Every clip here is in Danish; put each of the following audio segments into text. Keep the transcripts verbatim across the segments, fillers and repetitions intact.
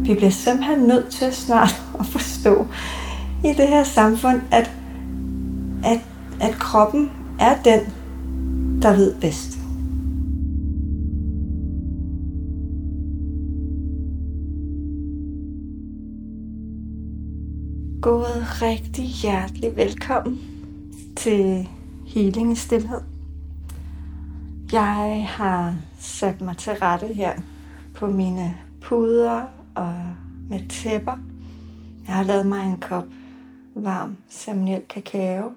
Vi bliver simpelthen nødt til snart at forstå i det her samfund, at, at, at kroppen er den, der ved bedst. God rigtig hjertelig velkommen til Healing i Stilhed. Jeg har sat mig til rette her på mine puder og med tæpper. Jeg har lavet mig en kop varm ceremoniel kakao.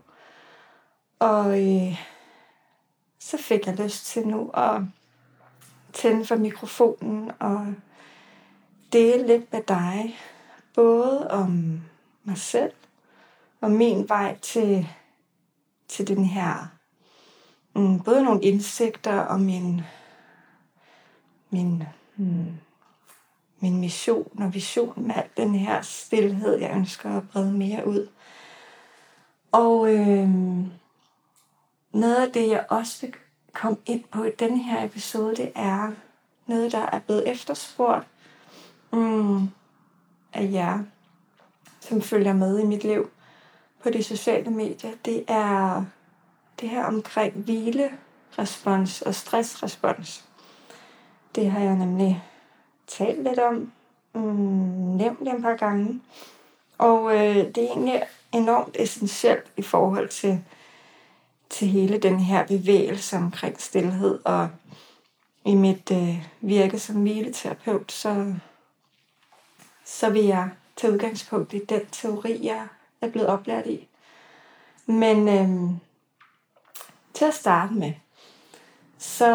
Og øh, så fik jeg lyst til nu at tænde for mikrofonen og dele lidt med dig. Både om mig selv og min vej til, til den her. Mm, både nogle indsigter og min, min, mm, min mission og vision med al den her stilhed, jeg ønsker at brede mere ud. Og øh, noget af det, jeg også vil komme ind på i denne her episode, det er noget, der er blevet efterspurgt mm, af jer, som følger med i mit liv på de sociale medier. Det er det her omkring hvilerespons og stressrespons. Det har jeg nemlig talt lidt om, mm, nævnt det et par gange. Og øh, det er egentlig enormt essentielt i forhold til, til hele den her bevægelse omkring stilhed. Og i mit øh, virke som hvileterapeut, så, så vil jeg tage udgangspunkt i den teori, jeg er blevet oplært i. Men øh, til at starte med, så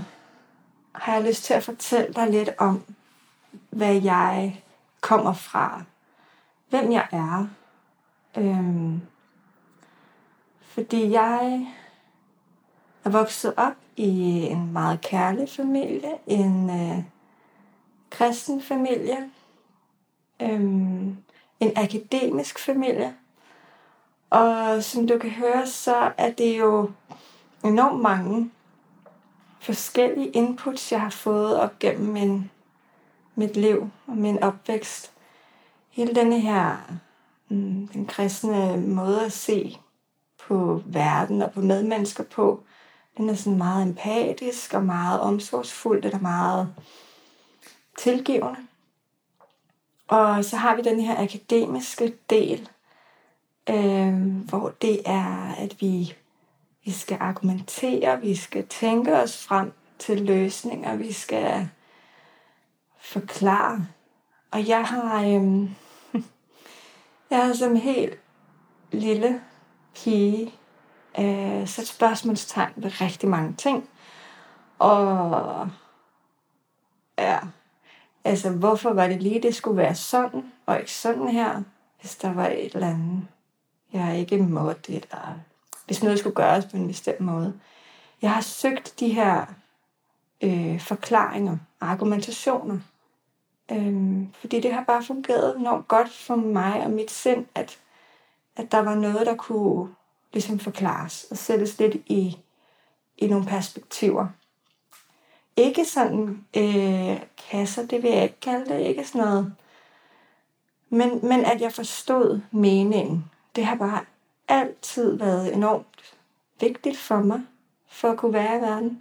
har jeg lyst til at fortælle dig lidt om, hvad jeg kommer fra. Hvem jeg er. Øhm, fordi jeg er vokset op i en meget kærlig familie. En øh, kristen familie. Øhm, en akademisk familie. Og som du kan høre, så er det jo enormt mange forskellige inputs, jeg har fået op gennem min, mit liv og min opvækst. Hele denne her, mm, den kristne måde at se på verden og på medmennesker på, den er sådan meget empatisk og meget omsorgsfuld, eller meget tilgivende. Og så har vi den her akademiske del, øh, hvor det er, at vi Vi skal argumentere, vi skal tænke os frem til løsninger, vi skal forklare. Og jeg har, øhm, jeg har som helt lille pige øh, sat spørgsmålstegn ved rigtig mange ting. Og ja, altså hvorfor var det lige, det skulle være sådan, og ikke sådan her, hvis der var et eller andet, jeg ikke måtte, eller hvis noget skulle gøres på en bestemt måde. Jeg har søgt de her øh, forklaringer, argumentationer, øhm, fordi det har bare fungeret enormt godt for mig og mit sind, at, at der var noget, der kunne ligesom forklares og sættes lidt i, i nogle perspektiver. Ikke sådan øh, kasser, det vil jeg ikke kalde det, ikke sådan noget. Men, men at jeg forstod meningen, det har bare altid været enormt vigtigt for mig, for at kunne være i verden.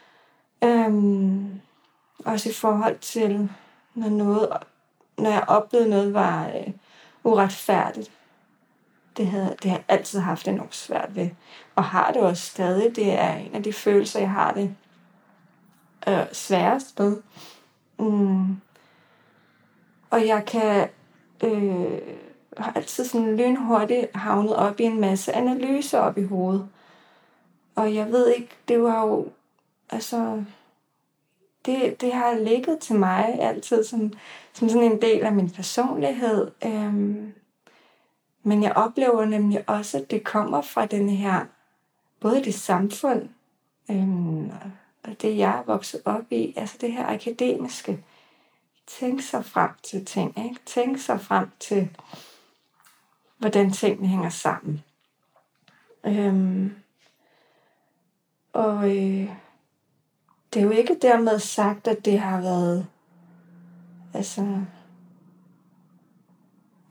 Øhm, også i forhold til, når, noget, når jeg oplevede noget var øh, uretfærdigt. Det havde, det har jeg altid haft enormt svært ved, og har det også stadig. Det er en af de følelser, jeg har det øh, sværest med. Mm. Og jeg kan øh, har altid sådan lynhurtigt havnet op i en masse analyser op i hovedet. Og jeg ved ikke, det var jo, altså, det, det har ligget til mig altid som, som sådan en del af min personlighed. Øhm, men jeg oplever nemlig også, at det kommer fra den her, både det samfund, øhm, og det jeg er vokset op i, altså det her akademiske, tænke sig frem til ting, ikke? Tænke sig frem til, hvordan tingene hænger sammen. Øhm, og øh, det er jo ikke dermed sagt, at det har været, altså,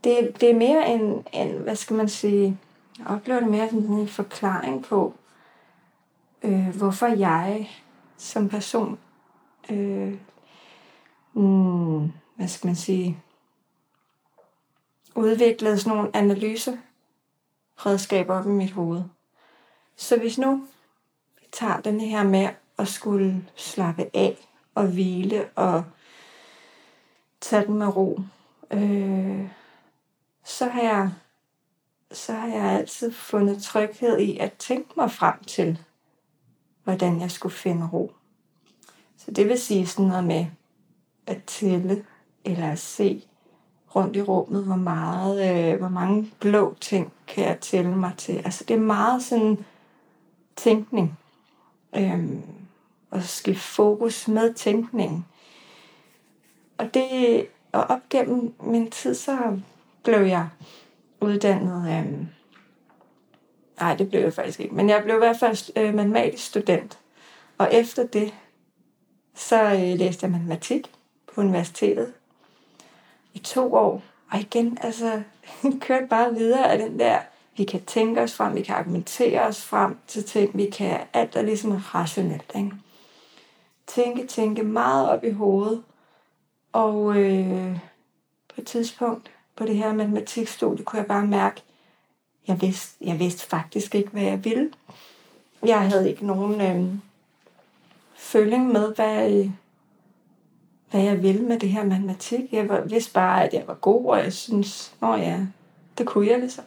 det, det er mere en, en, hvad skal man sige, jeg oplever det mere som en forklaring på, øh, hvorfor jeg som person, øh, mm, hvad skal man sige, udviklede sådan nogle analyseredskaber op i mit hoved. Så hvis nu vi tager den her med at skulle slappe af og hvile og tage den med ro, øh, så har jeg så har jeg altid fundet tryghed i at tænke mig frem til, hvordan jeg skulle finde ro. Så det vil sige sådan noget med at tælle eller at se rundt i rummet, hvor meget, øh, hvor mange blå ting kan jeg tælle mig til. Altså det er meget sådan tænkning. Øhm, og skifte fokus med tænkningen. Og det, og op gennem min tid, så blev jeg uddannet, øhm, nej det blev jeg faktisk ikke, men jeg blev i hvert fald øh, matematisk student. Og efter det, så øh, læste jeg matematik på universitetet i to år. Og igen, altså, kørte bare videre af den der, vi kan tænke os frem, vi kan argumentere os frem til ting, vi kan, alt er ligesom rationelt, ikke? Tænke, tænke meget op i hovedet. Og øh, på et tidspunkt på det her matematikstudie, kunne jeg bare mærke, jeg vidste, jeg vidste faktisk ikke, hvad jeg ville. Jeg havde ikke nogen øh, føling med, hvad, øh, hvad jeg ville med det her matematik. Jeg var, vidste bare, at jeg var god, og jeg synes, nå ja, det kunne jeg ligesom.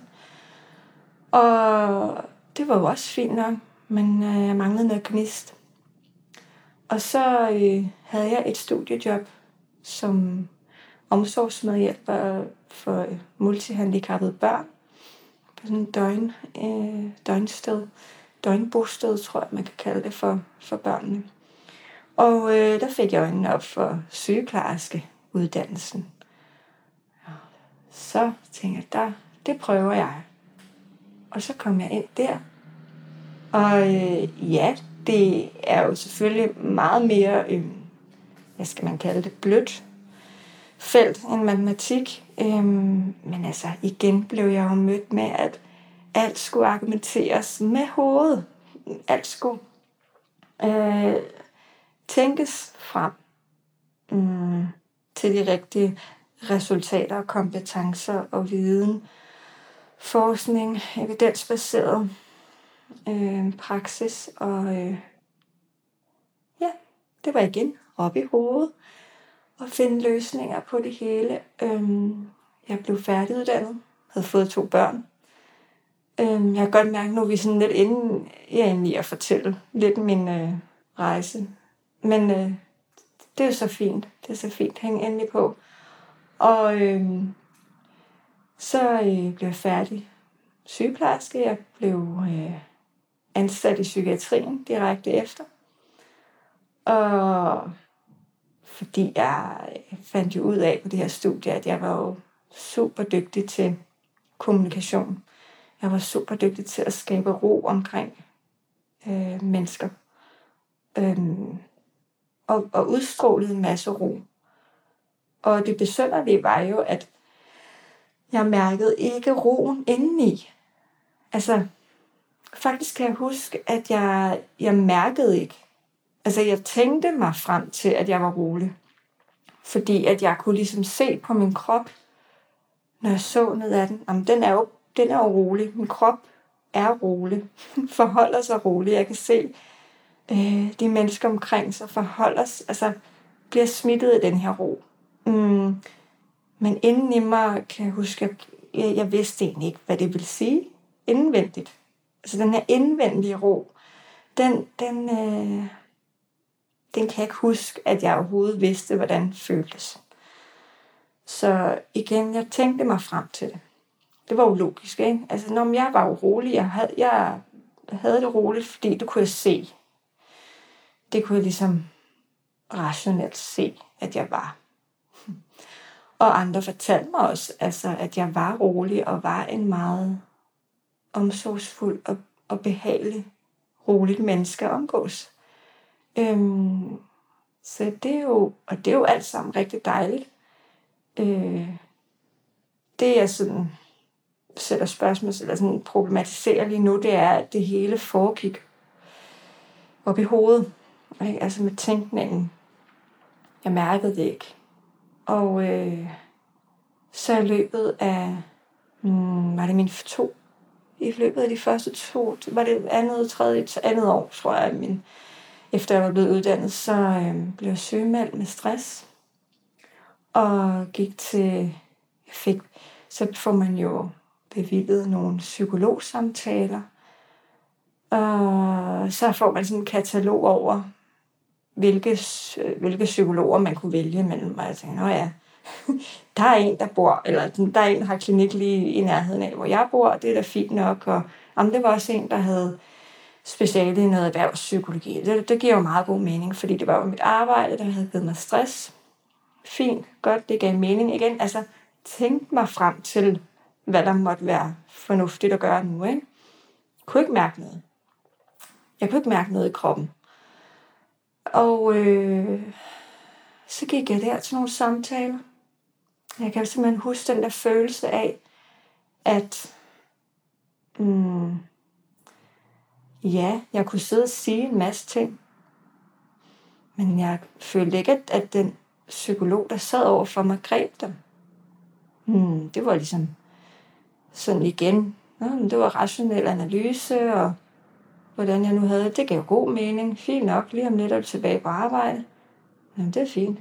Og det var jo også fint nok, men øh, jeg manglede noget gnist. Og så øh, havde jeg et studiejob som omsorgsmedhjælper for multihandicappede børn på sådan en døgn, øh, døgnsted, døgnbosted, tror jeg, man kan kalde det for, for børnene. Og øh, der fik jeg øjnene op for sygeplejerskeuddannelsen. Så tænkte jeg, der, det prøver jeg. Og så kom jeg ind der. Og øh, ja, det er jo selvfølgelig meget mere, øh, hvad skal man kalde det, blødt felt end matematik. Øh, men altså, igen blev jeg jo mødt med, at alt skulle argumenteres med hovedet. Alt skulle øh, tænkes frem øh, til de rigtige resultater og kompetencer og viden. Forskning, evidensbaseret øh, praksis, og øh, ja, det var igen op i hovedet og finde løsninger på det hele. Øh, jeg blev færdiguddannet, havde fået to børn. Øh, jeg kan godt mærke, nu er vi sådan lidt inde, jeg er inde i at fortælle lidt min øh, rejse. Men øh, det er jo så fint, det er så fint, hæng endelig på. Og øh, så øh, blev jeg færdig sygeplejerske. Jeg blev øh, ansat i psykiatrien direkte efter. Og fordi jeg fandt jo ud af på det her studie, at jeg var jo super dygtig til kommunikation. Jeg var super dygtig til at skabe ro omkring øh, mennesker. Øhm, og, og udstrålede en masse ro. Og det besynderlige var jo, at jeg mærkede ikke roen indeni. Altså, faktisk kan jeg huske, at jeg, jeg mærkede ikke. Altså, jeg tænkte mig frem til, at jeg var rolig. Fordi at jeg kunne ligesom se på min krop, når jeg så ned ad den. Jamen, den er jo, den er jo rolig. Min krop er rolig. Forholder sig rolig. Jeg kan se øh, de mennesker omkring sig forholder sig, altså bliver smittet af den her ro. Mm. Men inden i mig kan jeg huske, at jeg, jeg vidste egentlig ikke, hvad det ville sige indvendigt. Altså den her indvendige ro, den, den, øh, den kan jeg ikke huske, at jeg overhovedet vidste, hvordan det føltes. Så igen, jeg tænkte mig frem til det. Det var jo logisk, ikke? Altså, når jeg var urolig, jeg havde, jeg havde det roligt, fordi det kunne jeg se. Det kunne jeg ligesom rationelt se, at jeg var. Og andre fortalte mig også, altså, at jeg var rolig og var en meget omsorgsfuld og, og behagelig, roligt menneske at omgås. Øhm, så det er jo, og det er jo alt sammen rigtig dejligt. Øh, det jeg sådan sætter spørgsmål, eller sådan problematiserer lige nu, det er, at det hele foregik op i hovedet. Ikke? Altså med tænkningen. Jeg mærkede det ikke. Og øh, så i løbet af, hmm, var det mine to, i løbet af de første to, var det andet, tredje, andet år, tror jeg, min, efter jeg var blevet uddannet, så øh, blev jeg sygemeldt med stress. Og gik til, jeg fik, så får man jo bevilget nogle psykologsamtaler. Og så får man sådan en katalog over, hvilke, hvilke psykologer man kunne vælge mellem. Og jeg tænkte, nå ja, der er en, der bor, eller der er en, der har klinik lige i nærheden af, hvor jeg bor, det er da fint nok. Og jamen, det var også en, der havde speciale i noget erhvervspsykologi. Det, det giver jo meget god mening, fordi det var jo mit arbejde, der havde givet mig stress. Fint, godt, det gav mening igen. Altså, tænkte mig frem til, hvad der måtte være fornuftigt at gøre nu, ikke? Jeg kunne ikke mærke noget. Jeg kunne ikke mærke noget i kroppen. Og øh, så gik jeg der til nogle samtaler. Jeg kan simpelthen huske den der følelse af, at mm, ja, jeg kunne sidde og sige en masse ting, men jeg følte ikke, at, at den psykolog, der sad over for mig, greb dem. Hmm, det var ligesom sådan igen. Ja, det var rationel analyse, og hvordan jeg nu havde det. Det gav god mening. Fint nok, lige om lidt er du tilbage på arbejde. Jamen, det er fint.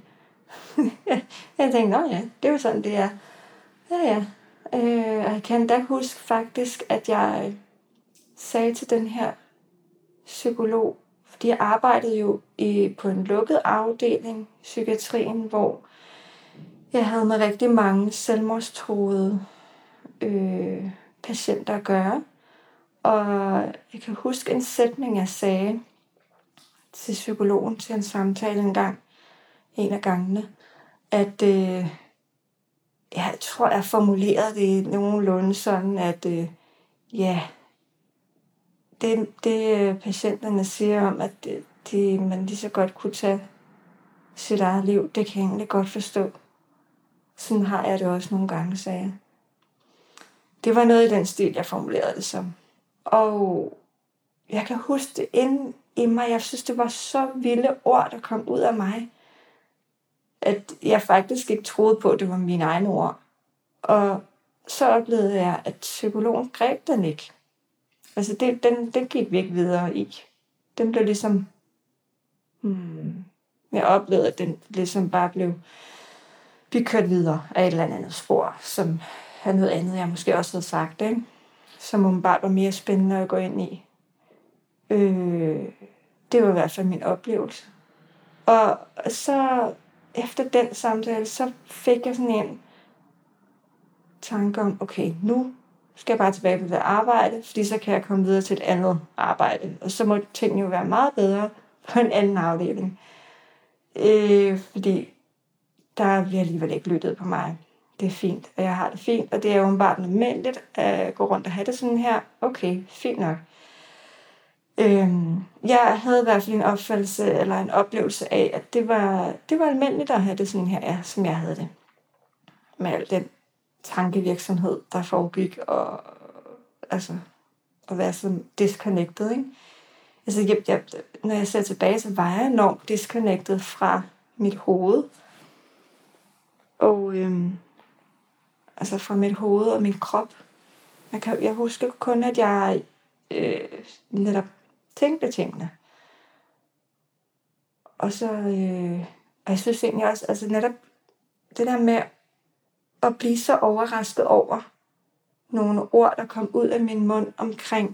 Jeg tænkte, nå ja, det er jo sådan, det er. Ja, ja. Øh, jeg kan da huske faktisk, at jeg sagde til den her psykolog, fordi jeg arbejdede jo i, på en lukket afdeling i psykiatrien, hvor jeg havde med rigtig mange selvmordstruede øh, patienter at gøre. Og jeg kan huske en sætning, jeg sagde til psykologen til en samtale en gang, en af gangene, at øh, jeg tror, jeg formulerede det nogenlunde sådan, at øh, ja, det, det patienterne siger om, at det, det, man lige så godt kunne tage sit eget liv, det kan jeg egentlig godt forstå. Sådan har jeg det også nogle gange, sagde jeg. Det var noget i den stil, jeg formulerede det som. Og jeg kan huske det inde i mig. Jeg synes, det var så vilde ord, der kom ud af mig, at jeg faktisk ikke troede på, at det var mine egne ord. Og så oplevede jeg, at psykologen greb den ikke. Altså, det, den, den gik vi ikke videre i. Den blev ligesom... Hmm, jeg oplevede, at den ligesom bare blev... Vi kørte videre af et eller andet spor, som er noget andet, jeg måske også havde sagt, ikke? Som åbenbart var mere spændende at gå ind i. Øh, det var i hvert fald min oplevelse. Og så efter den samtale, så fik jeg sådan en tanke om, okay, nu skal jeg bare tilbage på det arbejde, fordi så kan jeg komme videre til et andet arbejde. Og så må tingene jo være meget bedre på en anden afdeling. Øh, fordi der bliver alligevel ikke lyttet på mig. Det er fint, og jeg har det fint, og det er jo åbenbart nødvendigt at gå rundt og have det sådan her. Okay, fint nok. Øhm, jeg havde i hvert fald en opfattelse, eller en oplevelse af, at det var, det var almindeligt at have det sådan her, ja, som jeg havde det. Med al den tankevirksomhed, der foregik, og altså, at være sådan disconnected, ikke? Altså, jeg, jeg, når jeg ser tilbage, så var jeg enormt disconnected fra mit hoved. Og øhm, altså fra mit hoved og min krop. Jeg, kan, jeg husker kun, at jeg øh, netop tænkte tingene. Og så, øh, og jeg synes egentlig også, altså netop det der med at blive så overrasket over nogle ord, der kom ud af min mund omkring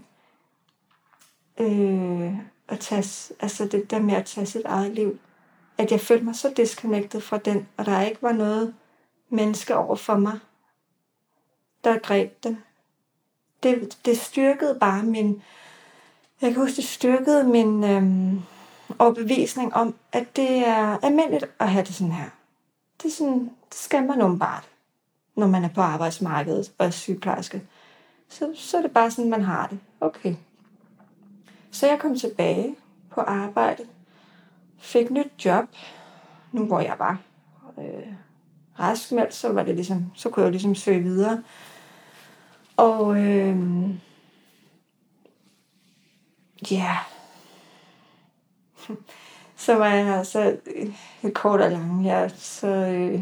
øh, at tage, altså det der med at tage sit eget liv. At jeg følte mig så disconnected fra den, og der ikke var noget menneske over for mig, der greb den. Det, det styrkede bare min, jeg kan huske, det styrkede min øhm, overbevisning om, at det er almindeligt at have det sådan her. Det er sådan, det skal man åbenbart, når man er på arbejdsmarkedet og er sygeplejerske. Så, så er det bare sådan, man har det. Okay. Så jeg kom tilbage på arbejde, fik nyt job, nu hvor jeg var øh, raskmeldt, så var det ligesom, så kunne jeg jo ligesom søge videre. Og øh, ja, så var jeg så et kort og langt her, så, øh,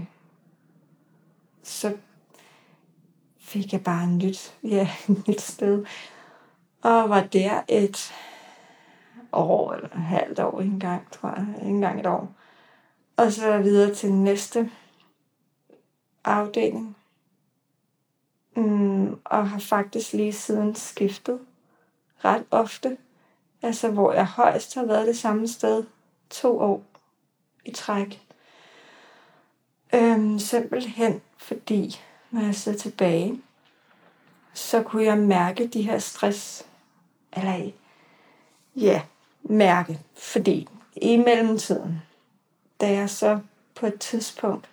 så fik jeg bare en nyt, ja, et nyt sted. Og var der et år, eller et halvt år, ikke engang, tror jeg, ikke engang et år. Og så videre til den næste afdeling. Mm, og har faktisk lige siden skiftet ret ofte. Altså, hvor jeg højst har været det samme sted to år i træk. Øhm, simpelthen fordi, når jeg sidder tilbage, så kunne jeg mærke de her stress, eller ja, mærke, fordi i mellemtiden, da jeg så på et tidspunkt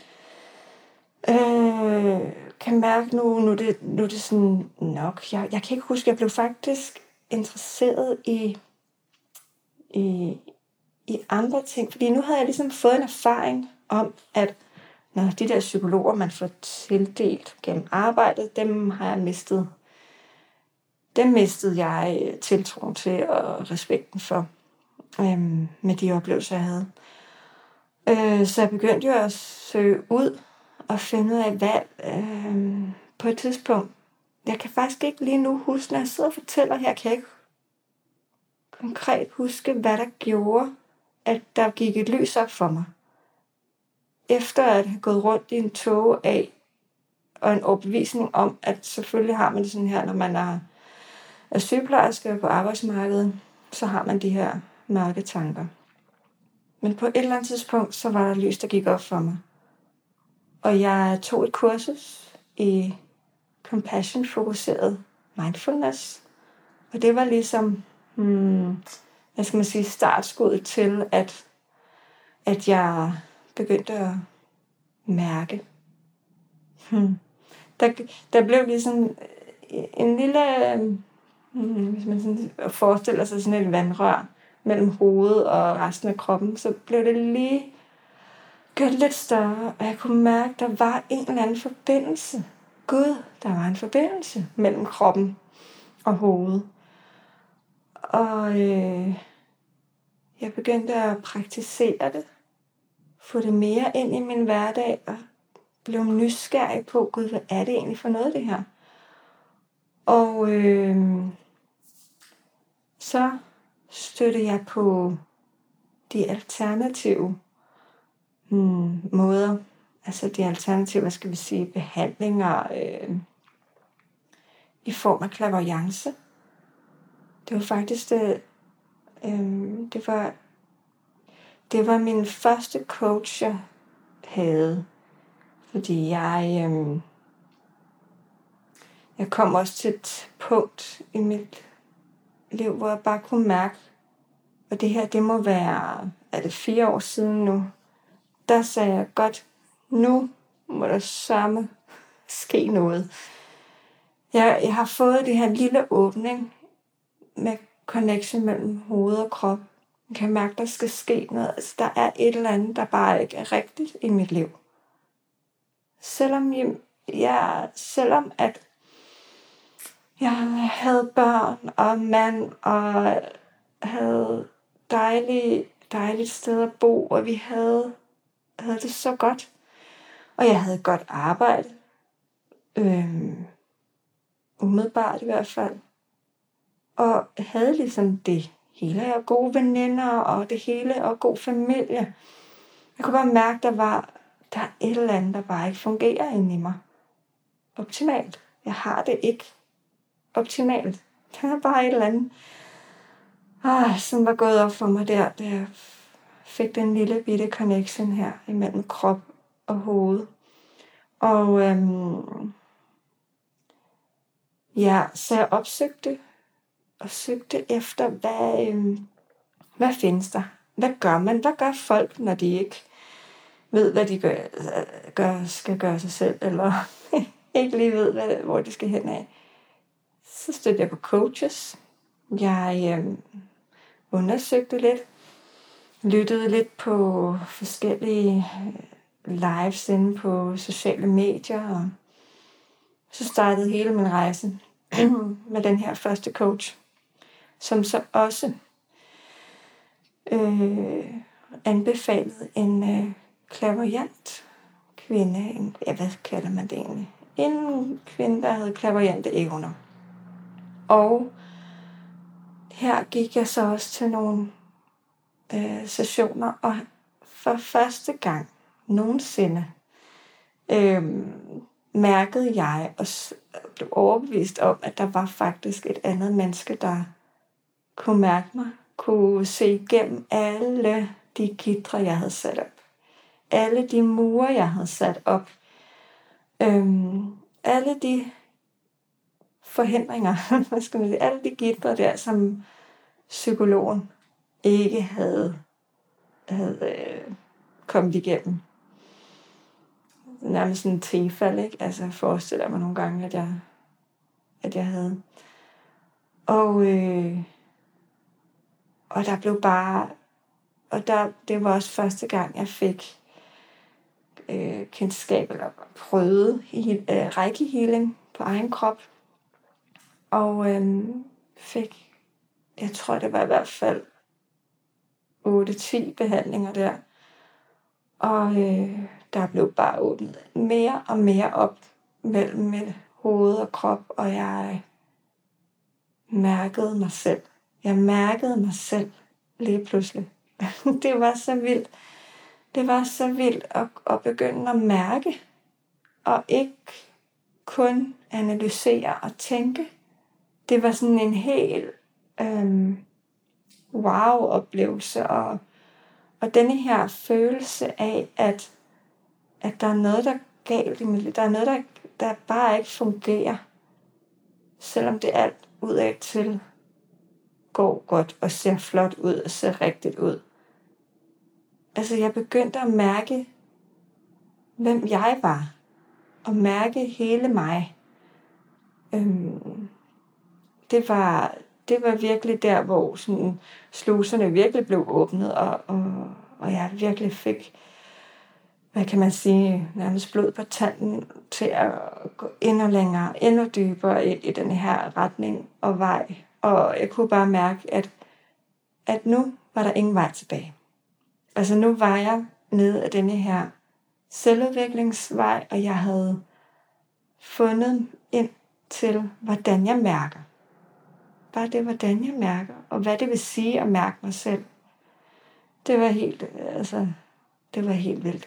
øh, kan mærke nu, nu er det, nu er det sådan nok, jeg, jeg kan ikke huske, jeg blev faktisk interesseret i, i, i andre ting, fordi nu havde jeg ligesom fået en erfaring om, at når de der psykologer, man får tildelt gennem arbejdet, dem har jeg mistet. Dem mistede jeg tiltroen til og respekten for, øhm, med de oplevelser, jeg havde. Øh, så jeg begyndte jo at søge ud og finde ud af, hvad øh, på et tidspunkt. Jeg kan faktisk ikke lige nu huske, når jeg sidder og fortæller her, kan jeg ikke konkret huske, hvad der gjorde, at der gik et lys op for mig. Efter at have gået rundt i en tåge af, og en overbevisning om, at selvfølgelig har man det sådan her, når man er, er sygeplejerske på arbejdsmarkedet, så har man de her mørke tanker. Men på et eller andet tidspunkt, så var der lys, der gik op for mig. Og jeg tog et kursus i compassion-fokuseret mindfulness. Og det var ligesom, hmm, hvad skal man sige, startskuddet til, at, at jeg begyndte at mærke. Hmm. Der, der blev ligesom en lille, hmm, hvis man sådan forestiller sig sådan et vandrør mellem hovedet og resten af kroppen, så blev det lige gjort lidt større, og jeg kunne mærke, at der var en eller anden forbindelse. Gud, der var en forbindelse mellem kroppen og hovedet. Og øh, jeg begyndte at praktisere det, få det mere ind i min hverdag, og blev nysgerrig på, Gud, hvad er det egentlig for noget, det her? Og øh, så støttede jeg på de alternative hmm, måder, altså de alternative, hvad skal vi sige, behandlinger øh, i form af clairvoyance. Det var faktisk det, øh, det var, det var min første coach, jeg havde, fordi jeg, øh, jeg kom også til et punkt i mit liv, hvor jeg bare kunne mærke, og det her, det må være, er det fire år siden nu, der sagde jeg, godt, nu må der samme ske noget. Jeg, jeg har fået det her lille åbning med connection mellem hoved og krop. Jeg kan mærke, der skal ske noget. Altså, der er et eller andet, der bare ikke er rigtigt i mit liv. Selvom jeg, jeg selvom at jeg havde børn og mand og havde dejlige, dejligt sted at bo, og vi havde, havde det så godt. Og jeg havde et godt arbejde. Øhm, umiddelbart i hvert fald. Og havde ligesom det hele. Jeg havde gode veninder og det hele og god familie. Jeg kunne bare mærke, der var der er et eller andet, der bare ikke fungerer inde i mig. Optimalt. Jeg har det ikke optimalt. Der er bare et eller andet, ah, som var gået op for mig der, da jeg fik den lille bitte connection her imellem krop og hoved. Og øhm, ja, så jeg opsøgte og søgte efter, hvad, øhm, hvad findes der? Hvad gør man? Hvad gør folk, når de ikke ved, hvad de gør, gør, skal gøre sig selv, eller ikke lige ved, hvad, hvor de skal hen af? Så stødte jeg på coaches. Jeg øhm, undersøgte lidt, lyttede lidt på forskellige lives inde på sociale medier, og så startede hele min rejse med den her første coach, som så også øh, anbefalede en øh, clairvoyant kvinde, en, ja, hvad kalder man det egentlig? En kvinde, der havde clairvoyante evner. Og her gik jeg så også til nogle øh, sessioner, og for første gang nogensinde øh, mærkede jeg og blev overbevist om, at der var faktisk et andet menneske, der kunne mærke mig, kunne se igennem alle de gitre, jeg havde sat op. Alle de mure, jeg havde sat op. Øhm, alle de forhindringer, hvad skal man sige, alle de gitre der, som psykologen ikke havde, havde øh, kommet igennem. Nærmest sådan en tilfælde, ikke? Altså, jeg forestiller mig nogle gange, at jeg, at jeg havde. Og, øh, og der blev bare, og der, det var også første gang, jeg fik øh, kendskab eller prøvede øh, reiki-healing på egen krop. Og øh, fik, jeg tror det var i hvert fald otte ti behandlinger der. Og øh, der blev bare åbnet mere og mere op mellem mit hoved og krop, og jeg mærkede mig selv. Jeg mærkede mig selv lige pludselig. Det var så vildt. Det var så vildt at, at begynde at mærke, og ikke kun analysere og tænke. Det var sådan en helt øhm, wow-oplevelse, og, og denne her følelse af, at, at der er noget, der er galt i mit liv. Der er noget, der, der bare ikke fungerer, selvom det alt udad til går godt og ser flot ud og ser rigtigt ud. Altså, jeg begyndte at mærke, hvem jeg var, og mærke hele mig. Øhm, det var, det var virkelig der, hvor sådan, sluserne virkelig blev åbnet, og, og, og jeg virkelig fik, hvad kan man sige, nærmest blod på tanden til at gå endnu længere, endnu dybere i, i den her retning og vej. Og jeg kunne bare mærke, at, at nu var der ingen vej tilbage. Altså nu var jeg nede af denne her selvudviklingsvej, og jeg havde fundet ind til, hvordan jeg mærker. Bare det, hvordan jeg mærker, og hvad det vil sige at mærke mig selv. Det var helt, altså, det var helt vildt.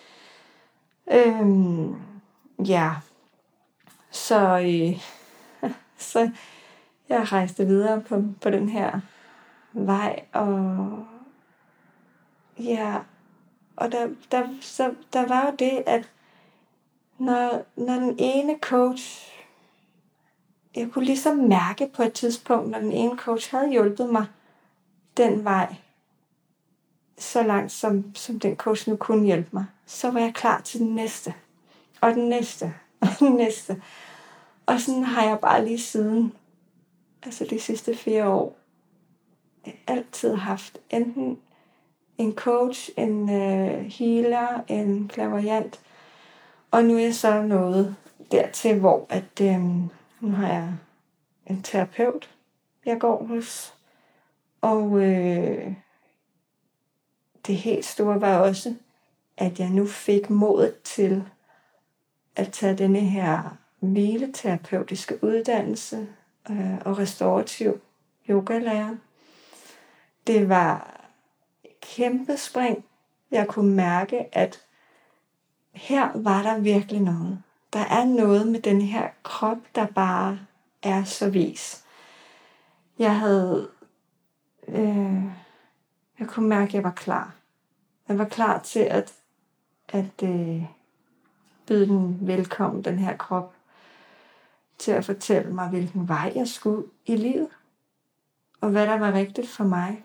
Øhm, ja, så, øh, så jeg rejste videre på, på den her vej, og ja, og der, der, så, der var jo det, at når, når den ene coach, jeg kunne ligesom mærke på et tidspunkt, når den ene coach havde hjulpet mig den vej, så langt som, som den coach nu kunne hjælpe mig, så var jeg klar til den næste, og den næste, og den næste. Og sådan har jeg bare lige siden, altså de sidste fire år, altid haft enten en coach, en øh, healer, en clairvoyant, og nu er jeg så nået dertil, hvor at, øh, nu har jeg en terapeut, jeg går hos, og øh, det helt store var også, at jeg nu fik modet til at tage denne her hvileterapeutiske uddannelse øh, og restaurativ yogalærer. Det var et kæmpe spring. Jeg kunne mærke, at her var der virkelig noget. Der er noget med den her krop, der bare er så vis. Jeg havde, øh, jeg kunne mærke, at jeg var klar. Jeg var klar til at, at øh, byde den velkommen, den her krop, til at fortælle mig, hvilken vej jeg skulle i livet, og hvad der var rigtigt for mig.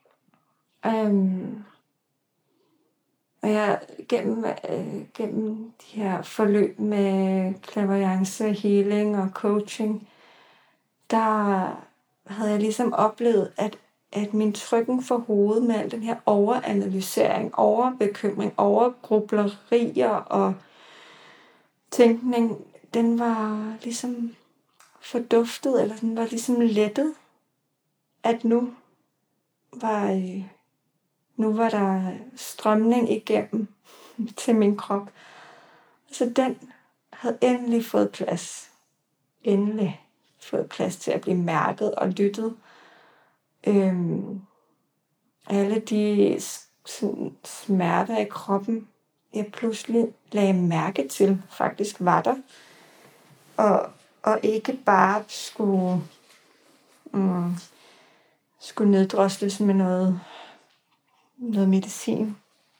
Um, og jeg gennem, øh, gennem de her forløb med clairvoyance, healing og coaching, der havde jeg ligesom oplevet, at at min trykken for hovedet med al den her overanalysering, overbekymring, overgrublerier og tænkning, den var ligesom forduftet, eller den var ligesom lettet, at nu var, øh, nu var der strømning igennem til min krop. Så den havde endelig fået plads. Endelig fået plads til at blive mærket og lyttet. Øhm, alle de sådan, smerter i kroppen, jeg pludselig lagde mærke til, faktisk var der. Og, og ikke bare skulle, mm, skulle neddrosles med noget, noget medicin.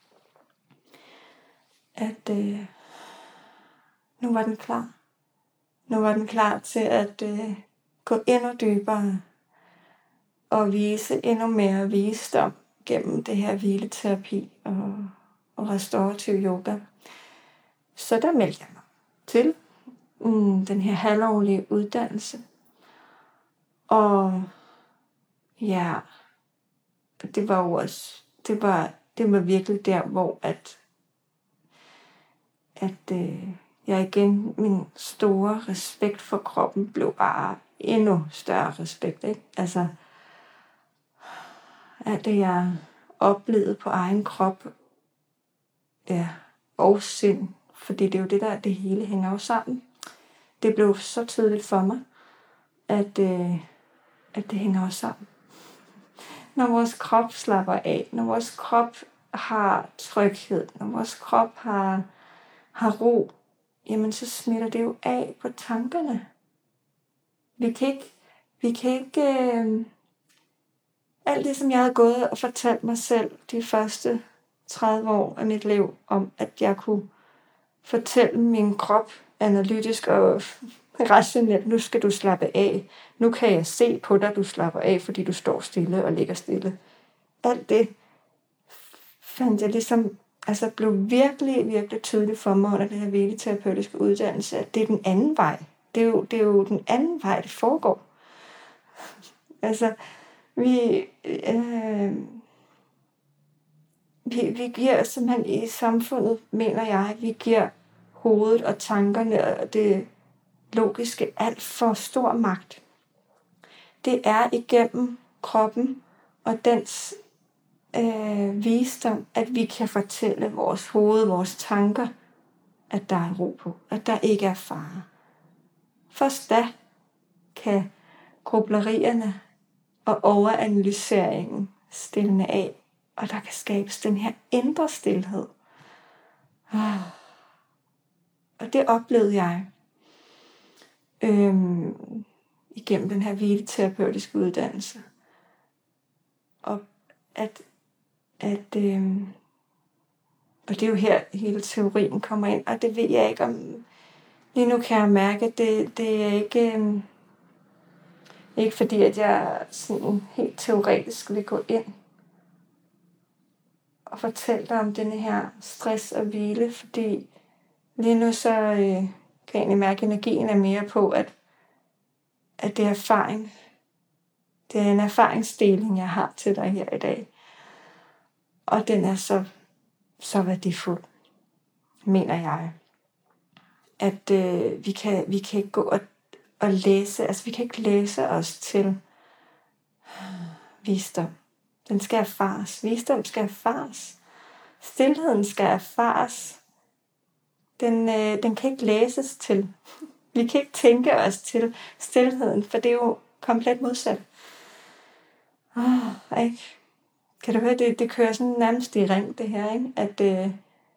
At øh, nu var den klar. Nu var den klar til at øh, gå endnu dybere og vise endnu mere visdom gennem det her hvileterapi og, og restaurativ yoga. Så der meldte jeg mig til mm, den her halvårlige uddannelse. Og ja, det var jo også, det var, det var virkelig der, hvor at, at øh, jeg igen, min store respekt for kroppen blev bare endnu større respekt, ikke? Altså, alt det jeg oplevede på egen krop, ja, og sind, fordi det er jo det der, det hele hænger jo sammen. Det blev så tydeligt for mig, at, øh, at det hænger jo sammen. Når vores krop slapper af, når vores krop har tryghed, når vores krop har, har ro, jamen så smitter det jo af på tankerne. Vi kan ikke, vi kan ikke øh, alt det, som jeg havde gået og fortalt mig selv de første tredive år af mit liv, om at jeg kunne fortælle min krop analytisk og rationelt, nu skal du slappe af. Nu kan jeg se på dig, du slapper af, fordi du står stille og ligger stille. Alt det fandt jeg ligesom, altså blev virkelig, virkelig tydeligt for mig under den her hvileterapeutiske uddannelse, at det er den anden vej. Det er jo, det er jo den anden vej, det foregår. Altså, vi, øh, vi, vi giver simpelthen i samfundet, mener jeg, vi giver hovedet og tankerne og det logiske alt for stor magt. Det er igennem kroppen og dens øh, visdom, at vi kan fortælle vores hoved, vores tanker, at der er ro på, at der ikke er fare. Først da kan grublerierne og overanalyseringen stille af, og der kan skabes den her indre stilhed. Og det oplevede jeg øhm, igennem den her hvileterapeutiske uddannelse. Og at, at øhm, og det er jo her hele teorien kommer ind, og det ved jeg ikke om. Lige nu kan jeg mærke, at det, det er ikke, øhm, ikke fordi, at jeg sådan helt teoretisk vil gå ind og fortælle dig om denne her stress og hvile, fordi lige nu så øh, kan jeg egentlig mærke, at energien er mere på, at, at det er erfaring. Det er en erfaringsdeling, jeg har til dig her i dag. Og den er så, så værdifuld, mener jeg. At øh, vi, kan, vi kan ikke gå og, og læse, altså vi kan ikke læse os til visdom. Den skal erfares. Visdom skal erfares. Stilheden skal erfares. Den, øh, den kan ikke læses til. Vi kan ikke tænke os til stilheden, for det er jo komplet modsat. Oh, ikke? Kan du høre, det, det kører sådan nærmest i ring, det her, ikke? At, øh,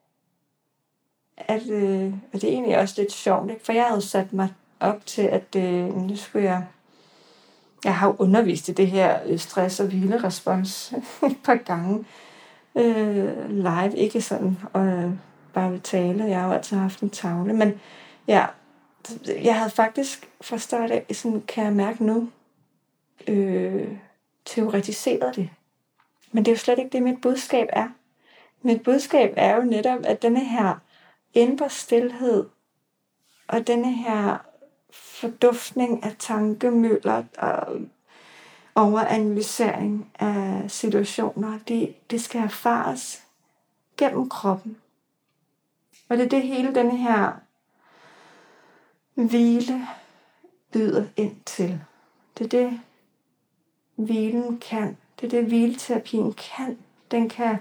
at øh, og det er egentlig også lidt sjovt, ikke? For jeg havde sat mig op til, at øh, nu skulle jeg, jeg har jo undervist i det her stress- og hvilerespons et par gange øh, live, ikke sådan, og bare ved tale, jeg har jo altid haft en tavle, men ja, jeg havde faktisk fra start af, sådan kan jeg mærke nu, øh, teoretiseret det. Men det er jo slet ikke det, mit budskab er. Mit budskab er jo netop, at denne her indre stilhed, og denne her forduftning af tankemøller, og, overanalysering af situationer. Det, det skal erfares gennem kroppen. Og det er det hele denne her hvile byder ind til. Det er det, hvilen kan. Det er det, hvileterapien kan. Den kan,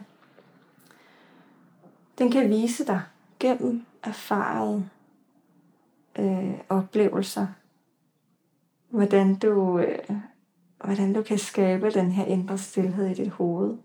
den kan vise dig gennem erfarede øh, oplevelser, hvordan du, øh, hvordan du kan skabe den her indre stilhed i dit hoved.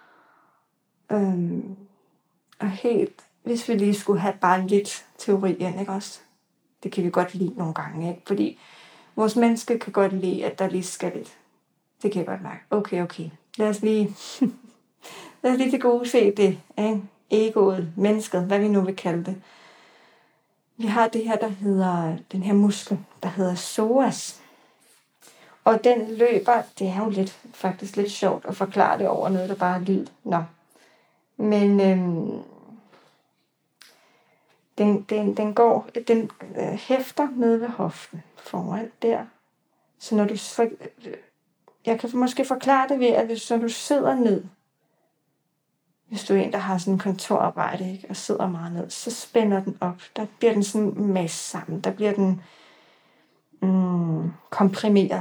Øhm, og helt, hvis vi lige skulle have bare lidt teori ind, ikke også? Det kan vi godt lide nogle gange, ikke? Fordi vores menneske kan godt lide, at der lige skal lidt. Det kan jeg godt mærke. Okay, okay. Lad os lige, lad os lige til gode se det, ikke? Egoet, mennesket, hvad vi nu vil kalde det. Vi har det her, der hedder, den her muskel, der hedder psoas. Og den løber, det er jo lidt, faktisk lidt sjovt at forklare det over noget, der bare er lyd. Nå. Men øhm, den, den, den går, den øh, hæfter ned ved hoften foran der. Så når du, for, jeg kan måske forklare det ved, at hvis når du sidder ned, hvis du er en, der har sådan en kontorarbejde, ikke, og sidder meget ned, så spænder den op. Der bliver den sådan masse sammen. Der bliver den mm, komprimeret.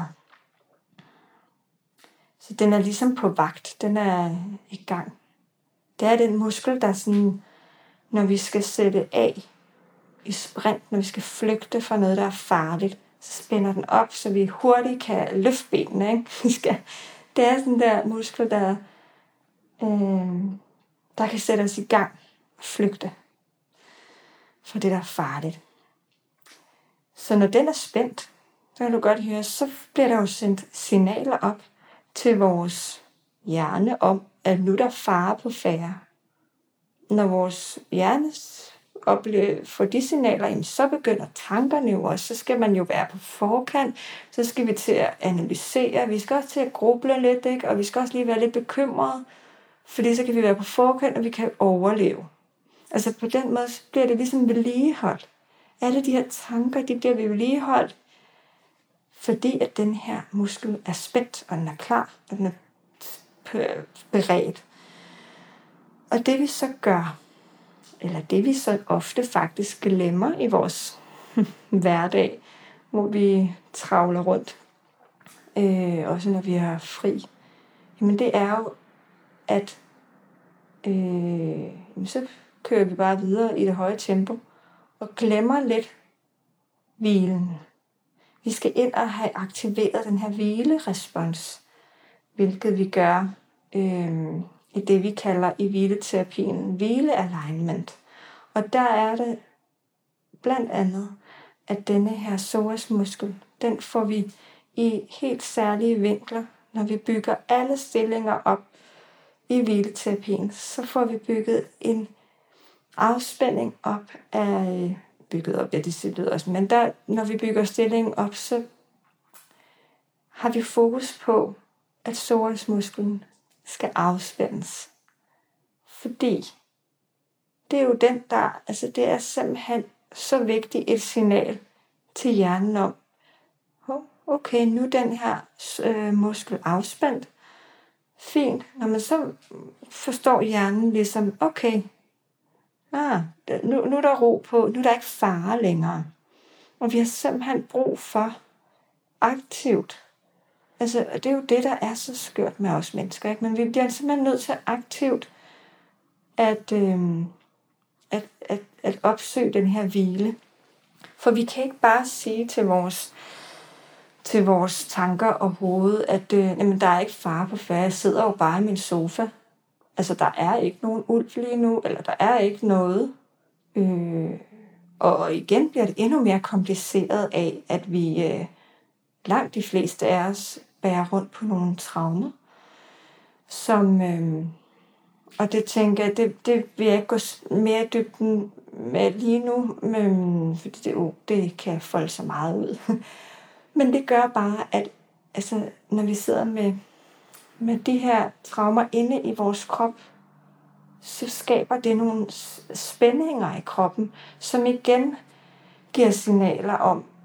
Så den er ligesom på vagt. Den er i gang. Det er den muskel, der sådan, når vi skal sætte af i sprint, når vi skal flygte fra noget, der er farligt, så spænder den op, så vi hurtigt kan løfte benene. Ikke? Vi skal, det er sådan der muskel, der, øh, der kan sætte os i gang og flygte fra det, der er farligt. Så når den er spændt, så kan du godt høre, så bliver der jo sendt signaler op til vores hjerne om, at nu er der fare på færde. Når vores hjerne oplever, får de signaler, jamen, så begynder tankerne jo også. Så skal man jo være på forkant. Så skal vi til at analysere. Vi skal også til at gruble lidt, ikke? Og vi skal også lige være lidt bekymrede. Fordi så kan vi være på forkant, og vi kan overleve. Altså på den måde bliver det ligesom vedligeholdt. Alle de her tanker, de bliver vedligeholdt, fordi at den her muskel er spændt, og den er klar, og den er beredt. Og det vi så gør, eller det vi så ofte faktisk glemmer i vores hverdag, hvor vi travler rundt, øh, også når vi har fri, jamen det er jo, at øh, så kører vi bare videre i det høje tempo, og glemmer lidt hvilen. Vi skal ind og have aktiveret den her hvilerespons, hvilket vi gør øh, i det, vi kalder i hvileterapien hvile-alignment. Og der er det blandt andet, at denne her psoasmuskel, den får vi i helt særlige vinkler, når vi bygger alle stillinger op i hvileterapien, så får vi bygget en afspænding op af bygget op, ja det lyder også, men der, når vi bygger stillingen op, så har vi fokus på, at psoasmusklen skal afspændes. Fordi det er jo den, der, altså det er simpelthen så vigtigt et signal til hjernen om, okay, nu er den her øh, muskel afspændt. Fint. Når man så forstår hjernen ligesom, okay, ah, nu, nu er der ro på, nu er der ikke fare længere. Og vi har simpelthen brug for aktivt. Altså, det er jo det, der er så skørt med os mennesker, ikke? Men vi bliver simpelthen nødt til aktivt at, øh, at, at, at opsøge den her hvile. For vi kan ikke bare sige til vores, til vores tanker og hoved, at øh, jamen, der er ikke fare på færde, jeg sidder jo bare i min sofa. Altså, der er ikke nogen ulv lige nu, eller der er ikke noget. Øh, og igen bliver det endnu mere kompliceret af, at vi øh, langt de fleste af os bærer rundt på nogle traumer, som, øh, og det tænker jeg, det, det vil jeg ikke gå mere i dybden med lige nu, men, fordi det, oh, det kan folde så meget ud. Men det gør bare, at altså, når vi sidder med, med de her traumer inde i vores krop, så skaber det nogle spændinger i kroppen, som igen giver signaler om,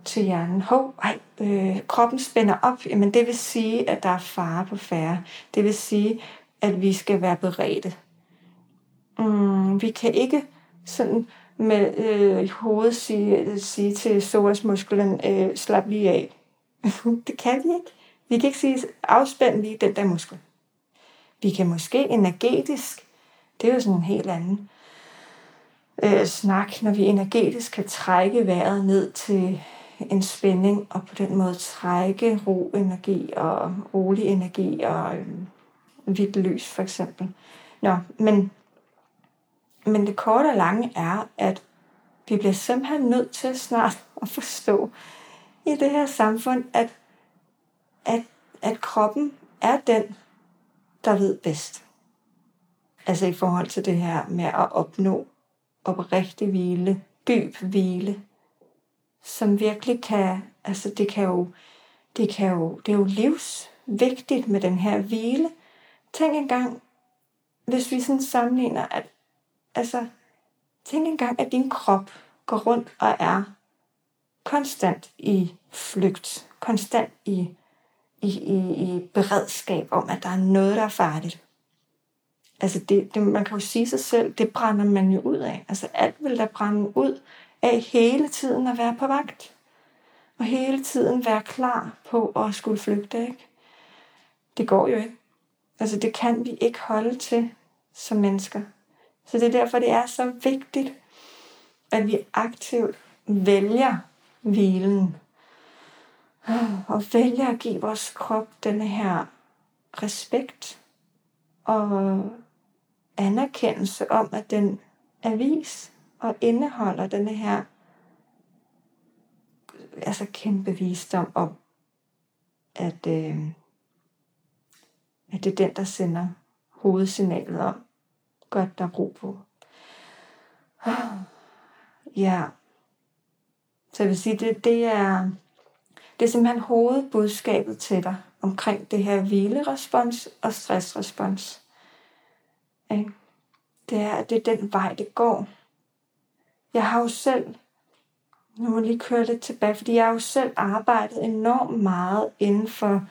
til hjernen, hov, ej, øh, kroppen spænder op, jamen det vil sige, at der er fare på færre. Det vil sige, at vi skal være beredte. Mm, vi kan ikke sådan med øh, hovedet sige, sige til psoasmusklen, øh, slap lige af. Det kan vi ikke. Vi kan ikke sige, afspænd lige den der muskel. Vi kan måske energetisk, det er jo sådan en helt anden øh, snak, når vi energetisk kan trække vejret ned til en spænding, og på den måde trække ro energi og rolig energi og øh, hvidt lys for eksempel. Nå, men, men det korte og lange er, at vi bliver simpelthen nødt til snart at forstå i det her samfund, at, at, at kroppen er den, der ved bedst. Altså i forhold til det her med at opnå oprigtig hvile, dyb hvile, som virkelig kan, altså det kan jo, det kan jo, det er jo livsvigtigt med den her hvile. Tænk engang, hvis vi sådan sammenligner, at, altså, tænk engang, at din krop går rundt og er konstant i flygt, konstant i, i, i, i beredskab om, at der er noget, der er farligt. Altså det, det, man kan jo sige sig selv, det brænder man jo ud af. Altså alt vil der brænde ud af hele tiden at være på vagt. Og hele tiden være klar på at skulle flygte, ikke? Det går jo ikke. Altså det kan vi ikke holde til som mennesker. Så det er derfor, det er så vigtigt, at vi aktivt vælger hvilen. Og vælger at give vores krop denne her respekt og anerkendelse om, at den er vis og indeholder denne her altså kæmpe visdom om, at, øh, at det er den, der sender hovedsignalet om, godt der er ro på. Ja, så jeg vil sige, det, det er det er simpelthen hovedbudskabet til dig omkring det her hvilerespons og stressrespons. Okay? Det er, det er den vej, det går. Jeg har jo selv, nu må jeg lige køre lidt tilbage, fordi jeg har jo selv arbejdet enormt meget inden for,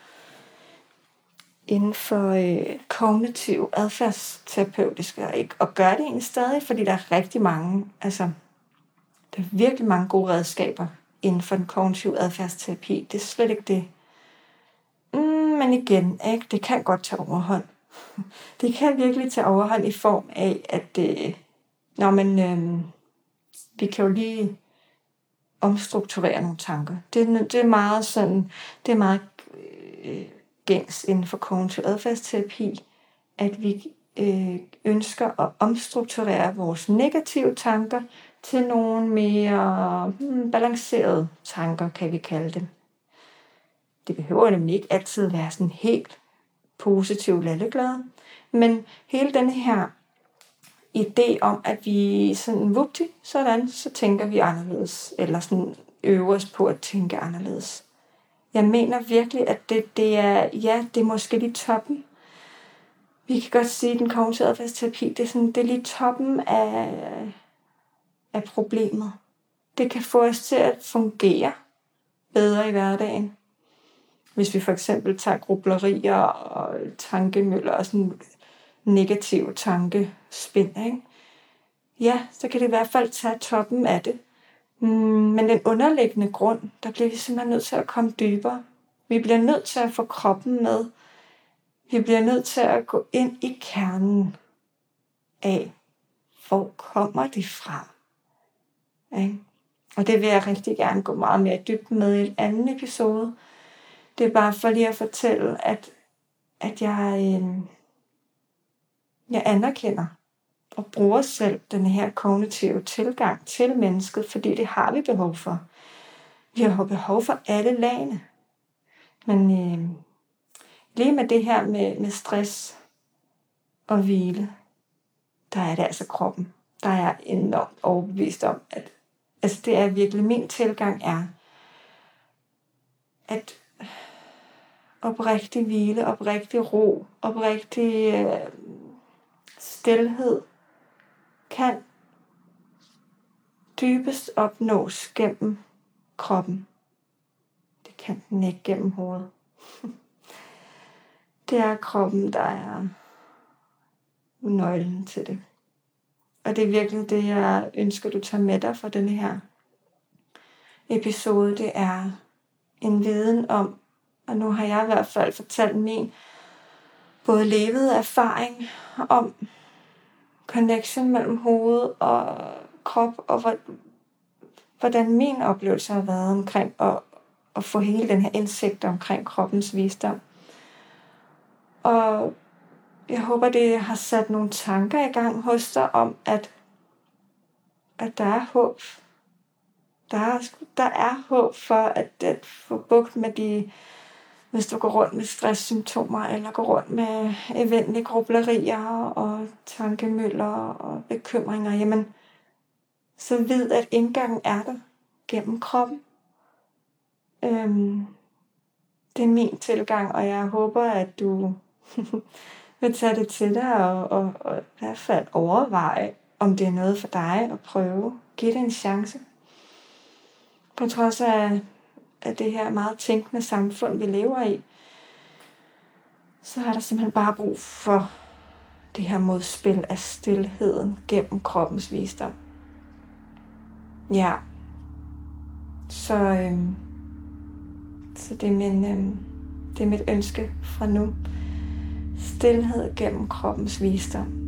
inden for øh, kognitiv adfærdsterapeutiske, og, ikke, og gør det egentlig stadig, fordi der er rigtig mange, altså, der er virkelig mange gode redskaber inden for den kognitive adfærdsterapi. Det er slet ikke det. Mm, men igen, ikke? Det kan godt tage overhånd. Det kan virkelig tage overhånd i form af, at øh, når man, øh, vi kan jo lige omstrukturere nogle tanker. Det, det er meget sådan, det er meget øh, gængs inden for kognitiv adfærdsterapi, at vi øh, ønsker at omstrukturere vores negative tanker til nogle mere hmm, balancerede tanker, kan vi kalde dem. Det behøver nemlig ikke altid være sådan helt positivt lalleglade, men hele den her idé om, at vi sådan vupti, sådan, så tænker vi anderledes, eller sådan øver os på at tænke anderledes. Jeg mener virkelig, at det, det er, ja, det er måske lige toppen. Vi kan godt sige, at den kognitive adfærdsterapi, det er, sådan, det er lige toppen af, af problemet. Det kan få os til at fungere bedre i hverdagen. Hvis vi for eksempel tager grublerier og tankemøller og sådan negative tankespind, ikke? Ja, så kan det i hvert fald tage toppen af det. Men den underliggende grund, der bliver vi simpelthen nødt til at komme dybere. Vi bliver nødt til at få kroppen med. Vi bliver nødt til at gå ind i kernen af, hvor kommer det fra? Ikke? Og det vil jeg rigtig gerne gå meget mere dybt med i en anden episode. Det er bare for lige at fortælle, at, at jeg, øh, jeg anerkender og bruger selv den her kognitive tilgang til mennesket, fordi det har vi behov for. Vi har behov for alle lagene. Men øh, lige med det her med, med stress og hvile, der er det altså kroppen. Der er jeg enormt overbevist om, at altså det er virkelig, min tilgang er, at oprigtig hvile, oprigtig ro, oprigtig øh, stilhed kan dybest opnås gennem kroppen. kan den ikke gennem hovedet. Det er kroppen, der er nøglen til det. Og det er virkelig det, jeg ønsker, du tager med dig fra denne her episode. Det er en viden om, og nu har jeg i hvert fald fortalt min både levede erfaring om connection mellem hoved og krop, og hvordan min oplevelse har været omkring at, at få hele den her indsigt omkring kroppens visdom. Og jeg håber, det har sat nogle tanker i gang hos dig om, at, at der er håb. Der er, der er håb for at, at få bugt med de, hvis du går rundt med stresssymptomer, eller går rundt med eventlige grublerier og tankemøller og bekymringer, jamen, så ved at indgangen er der gennem kroppen. Øhm, det er min tilgang, og jeg håber, at du vil tage det til dig og, og, og i hvert fald overveje, om det er noget for dig at prøve. Giv det en chance. På trods af, af det her meget tænkende samfund, vi lever i, så er der simpelthen bare brug for det her modspil af stilheden gennem kroppens visdom. Ja. Så, øhm, så det, er min, øhm, det er mit ønske fra nu. Stilhed gennem kroppens visdom.